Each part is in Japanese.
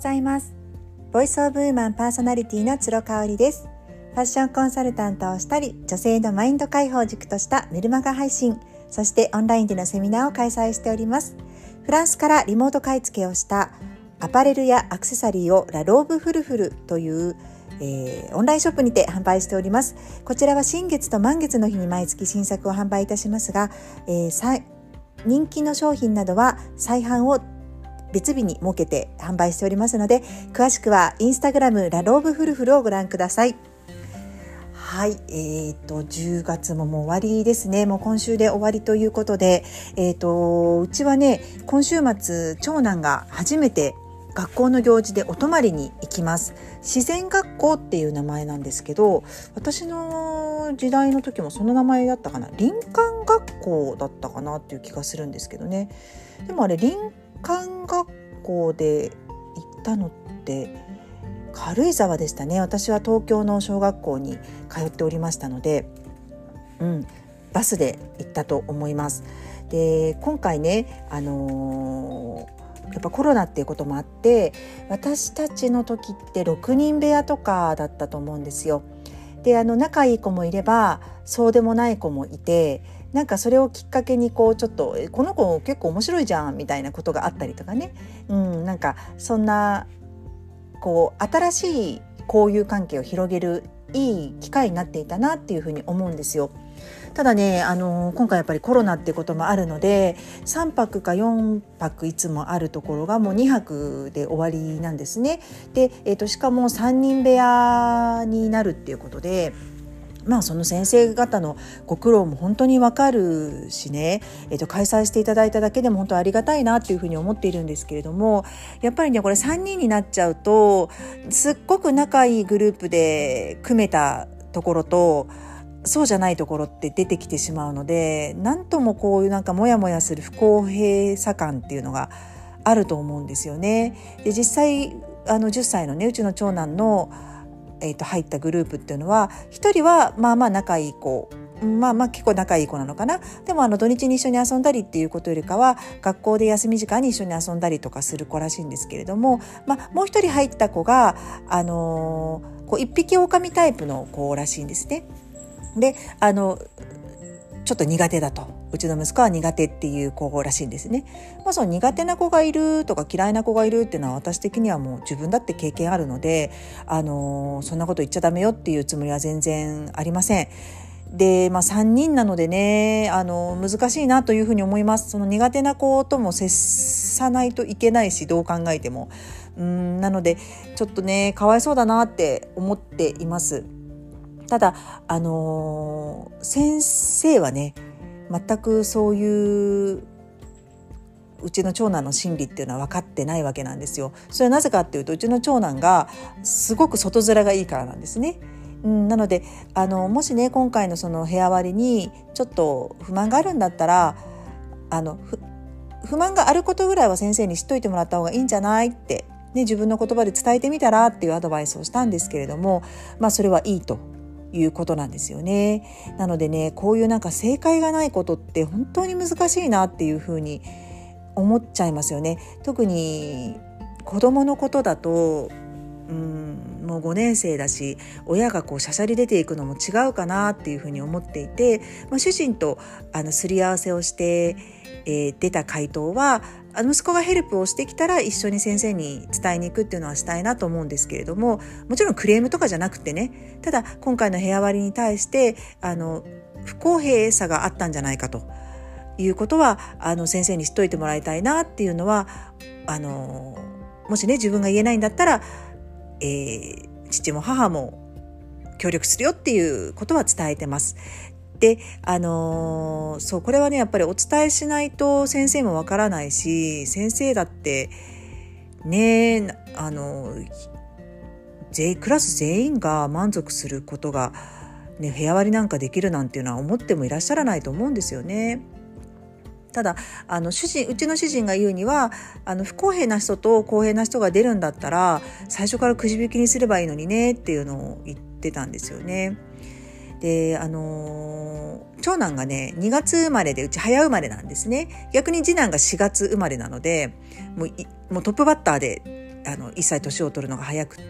ざいます。ボイスオブウーマンパーソナリティの鶴香織です。ファッションコンサルタントをしたり、女性のマインド解放軸としたメルマガ配信、そしてオンラインでのセミナーを開催しております。フランスからリモート買い付けをしたアパレルやアクセサリーをラローブフルフルというオンラインショップにて販売しております。こちらは新月と満月の日に毎月新作を販売いたしますが、人気の商品などは再販を別日に設けて販売しておりますので、詳しくはインスタグラムラローブフルフルをご覧ください。はい、10月ももう終わりですね。もう今週で終わりということで、うちはね、今週末長男が初めて学校の行事でお泊まりに行きます。自然学校っていう名前なんですけど、私の時代の時もその名前だったかな、林間学校だったかなっていう気がするんですけどね。でもあれ林間学校で行ったのって軽井沢でしたね。私は東京の小学校に通っておりましたので、バスで行ったと思います。で、今回ね、やっぱコロナっていうこともあって、私たちの時って6人部屋とかだったと思うんですよ。で、仲いい子もいればそうでもない子もいて、なんかそれをきっかけにちょっとこの子結構面白いじゃんみたいなことがあったりとかね、なんかそんな新しい交友関係を広げるいい機会になっていたなっていうふうに思うんですよ。ただね、今回やっぱりコロナっていうこともあるので、3泊か4泊いつもあるところがもう2泊で終わりなんですね。で、しかも3人部屋になるっていうことで、その先生方のご苦労も本当にわかるしね、開催していただいただけでも本当ありがたいなっていうふうに思っているんですけれども、やっぱりね、これ3人になっちゃうと、すっごく仲いいグループで組めたところとそうじゃないところって出てきてしまうので、なんともこういうなんかモヤモヤする不公平さ感っていうのがあると思うんですよね。で、実際10歳のね、うちの長男の入ったグループっていうのは、一人は仲いい子、結構仲いい子なのかな。でも土日に一緒に遊んだりっていうことよりかは、学校で休み時間に一緒に遊んだりとかする子らしいんですけれども、もう一人入った子が一匹狼タイプの子らしいんですね。で、ちょっと苦手だと、うちの息子は苦手っていう子らしいんですね。その苦手な子がいるとか嫌いな子がいるっていうのは、私的にはもう自分だって経験あるので、そんなこと言っちゃダメよっていうつもりは全然ありません。で、3人なのでね、難しいなというふうに思います。その苦手な子とも接さないといけないし、どう考えてもなので、ちょっとね、かわいそうだなって思っています。ただ先生はね、全くそういううちの長男の心理っていうのは分かってないわけなんですよ。それはなぜかっていうと、うちの長男がすごく外面がいいからなんですね。なのでもしね、今回のその部屋割りにちょっと不満があるんだったら、不満があることぐらいは先生に知っといてもらった方がいいんじゃないってね、自分の言葉で伝えてみたらっていうアドバイスをしたんですけれども、それはいいということなんですよね。なのでね、こういうなんか正解がないことって本当に難しいなっていうふうに思っちゃいますよね。特に子供のことだと、もう5年生だし、親がしゃしゃり出ていくのも違うかなっていうふうに思っていて、主人とすり合わせをして、出た回答は、息子がヘルプをしてきたら一緒に先生に伝えに行くっていうのはしたいなと思うんですけれども、もちろんクレームとかじゃなくてね、ただ今回の部屋割りに対して不公平さがあったんじゃないかということは先生に知っといてもらいたいなっていうのは、もしね、自分が言えないんだったら、父も母も協力するよっていうことは伝えてます。で、これはね、やっぱりお伝えしないと先生もわからないし、先生だってね、クラス全員が満足することが、ね、部屋割りなんかできるなんていうのは思ってもいらっしゃらないと思うんですよね。ただうちの主人が言うには、不公平な人と公平な人が出るんだったら最初からくじ引きにすればいいのにねっていうのを言ってたんですよね。で、長男がね2月生まれで、うち早生まれなんですね。逆に次男が4月生まれなので、もうトップバッターで 1歳年を取るのが早くって、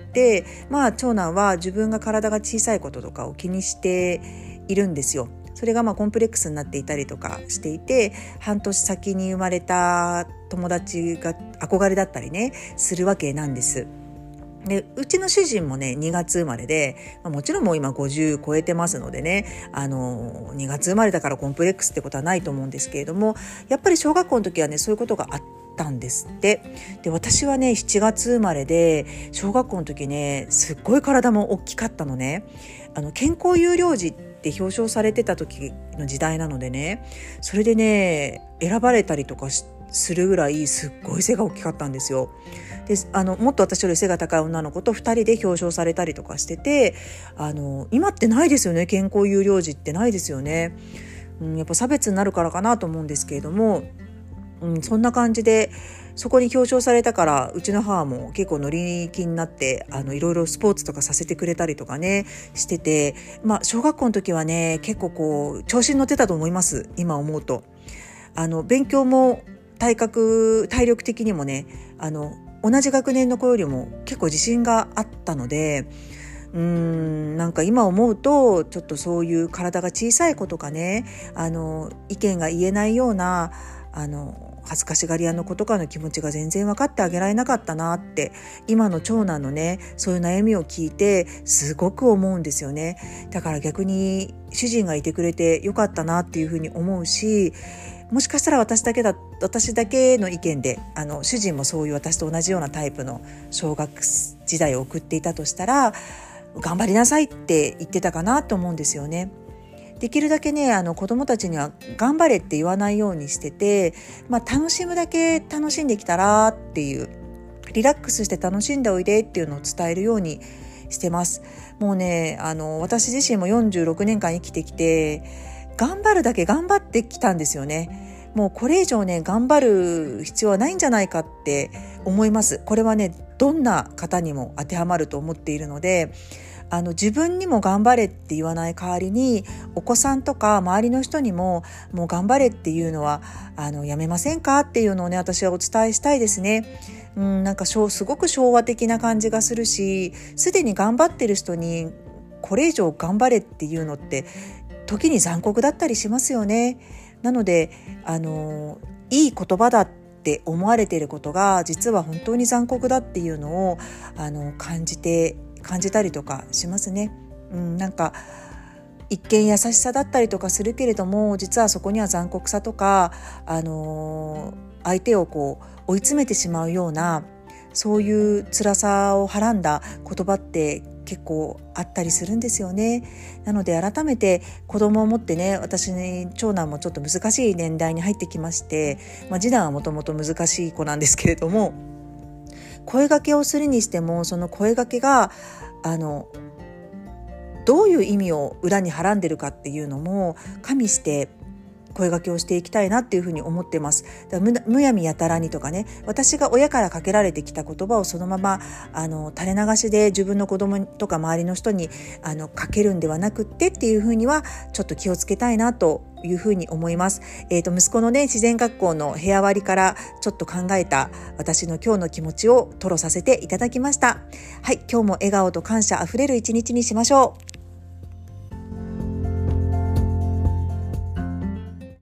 長男は自分が体が小さいこととかを気にしているんですよ。それがコンプレックスになっていたりとかしていて、半年先に生まれた友達が憧れだったりねするわけなんです。でうちの主人もね2月生まれで、もちろんもう今50超えてますのでね、2月生まれだからコンプレックスってことはないと思うんですけれども、やっぱり小学校の時はねそういうことがあったんですって。で私はね7月生まれで、小学校の時ねすっごい体も大きかったのね。健康優良児って表彰されてた時の時代なのでね、それでね選ばれたりとかするぐらいすっごい背が大きかったんですよ。でもっと私より背が高い女の子と2人で表彰されたりとかしてて、今ってないですよね。健康優良児ってないですよね。やっぱ差別になるからかなと思うんですけれども、そんな感じでそこに表彰されたから、うちの母も結構乗り気になっていろいろスポーツとかさせてくれたりとかねしてて、小学校の時はね結構調子に乗ってたと思います。今思うと勉強も体力的にもね同じ学年の子よりも結構自信があったので、なんか今思うとちょっとそういう体が小さい子とかね意見が言えないような恥ずかしがり屋の子とかの気持ちが全然分かってあげられなかったなって、今の長男のねそういう悩みを聞いてすごく思うんですよね。だから逆に主人がいてくれてよかったなっていうふうに思うし、もしかしたら私だけの意見で主人もそういう私と同じようなタイプの小学時代を送っていたとしたら、頑張りなさいって言ってたかなと思うんですよね。できるだけね子どもたちには頑張れって言わないようにしてて、楽しむだけ楽しんできたらっていう、リラックスして楽しんでおいでっていうのを伝えるようにしてます。もうね私自身も46年間生きてきて、頑張るだけ頑張ってきたんですよね。もうこれ以上ね頑張る必要はないんじゃないかって思います。これはねどんな方にも当てはまると思っているので、自分にも頑張れって言わない代わりに、お子さんとか周りの人にももう頑張れっていうのはやめませんかっていうのをね私はお伝えしたいですね。なんかすごく昭和的な感じがするし、すでに頑張ってる人にこれ以上頑張れっていうのって時に残酷だったりしますよね。なのでいい言葉だって思われていることが実は本当に残酷だっていうのを感じたりとかしますね。なんか一見優しさだったりとかするけれども、実はそこには残酷さとか相手を追い詰めてしまうような、そういう辛さをはらんだ言葉って結構あったりするんですよね。なので改めて子供を持ってね、私長男もちょっと難しい年代に入ってきまして、次男はもともと難しい子なんですけれども、声掛けをするにしてもその声掛けがどういう意味を裏にはらんでるかっていうのも加味して声掛けをしていきたいなっていうふうに思ってます。むやみやたらにとかね、私が親からかけられてきた言葉をそのまま垂れ流しで自分の子供とか周りの人にかけるんではなくってっていうふうにはちょっと気をつけたいなというふうに思います。息子のね自然学校の部屋割りからちょっと考えた私の今日の気持ちを吐露させていただきました。はい、今日も笑顔と感謝あふれる一日にしましょう。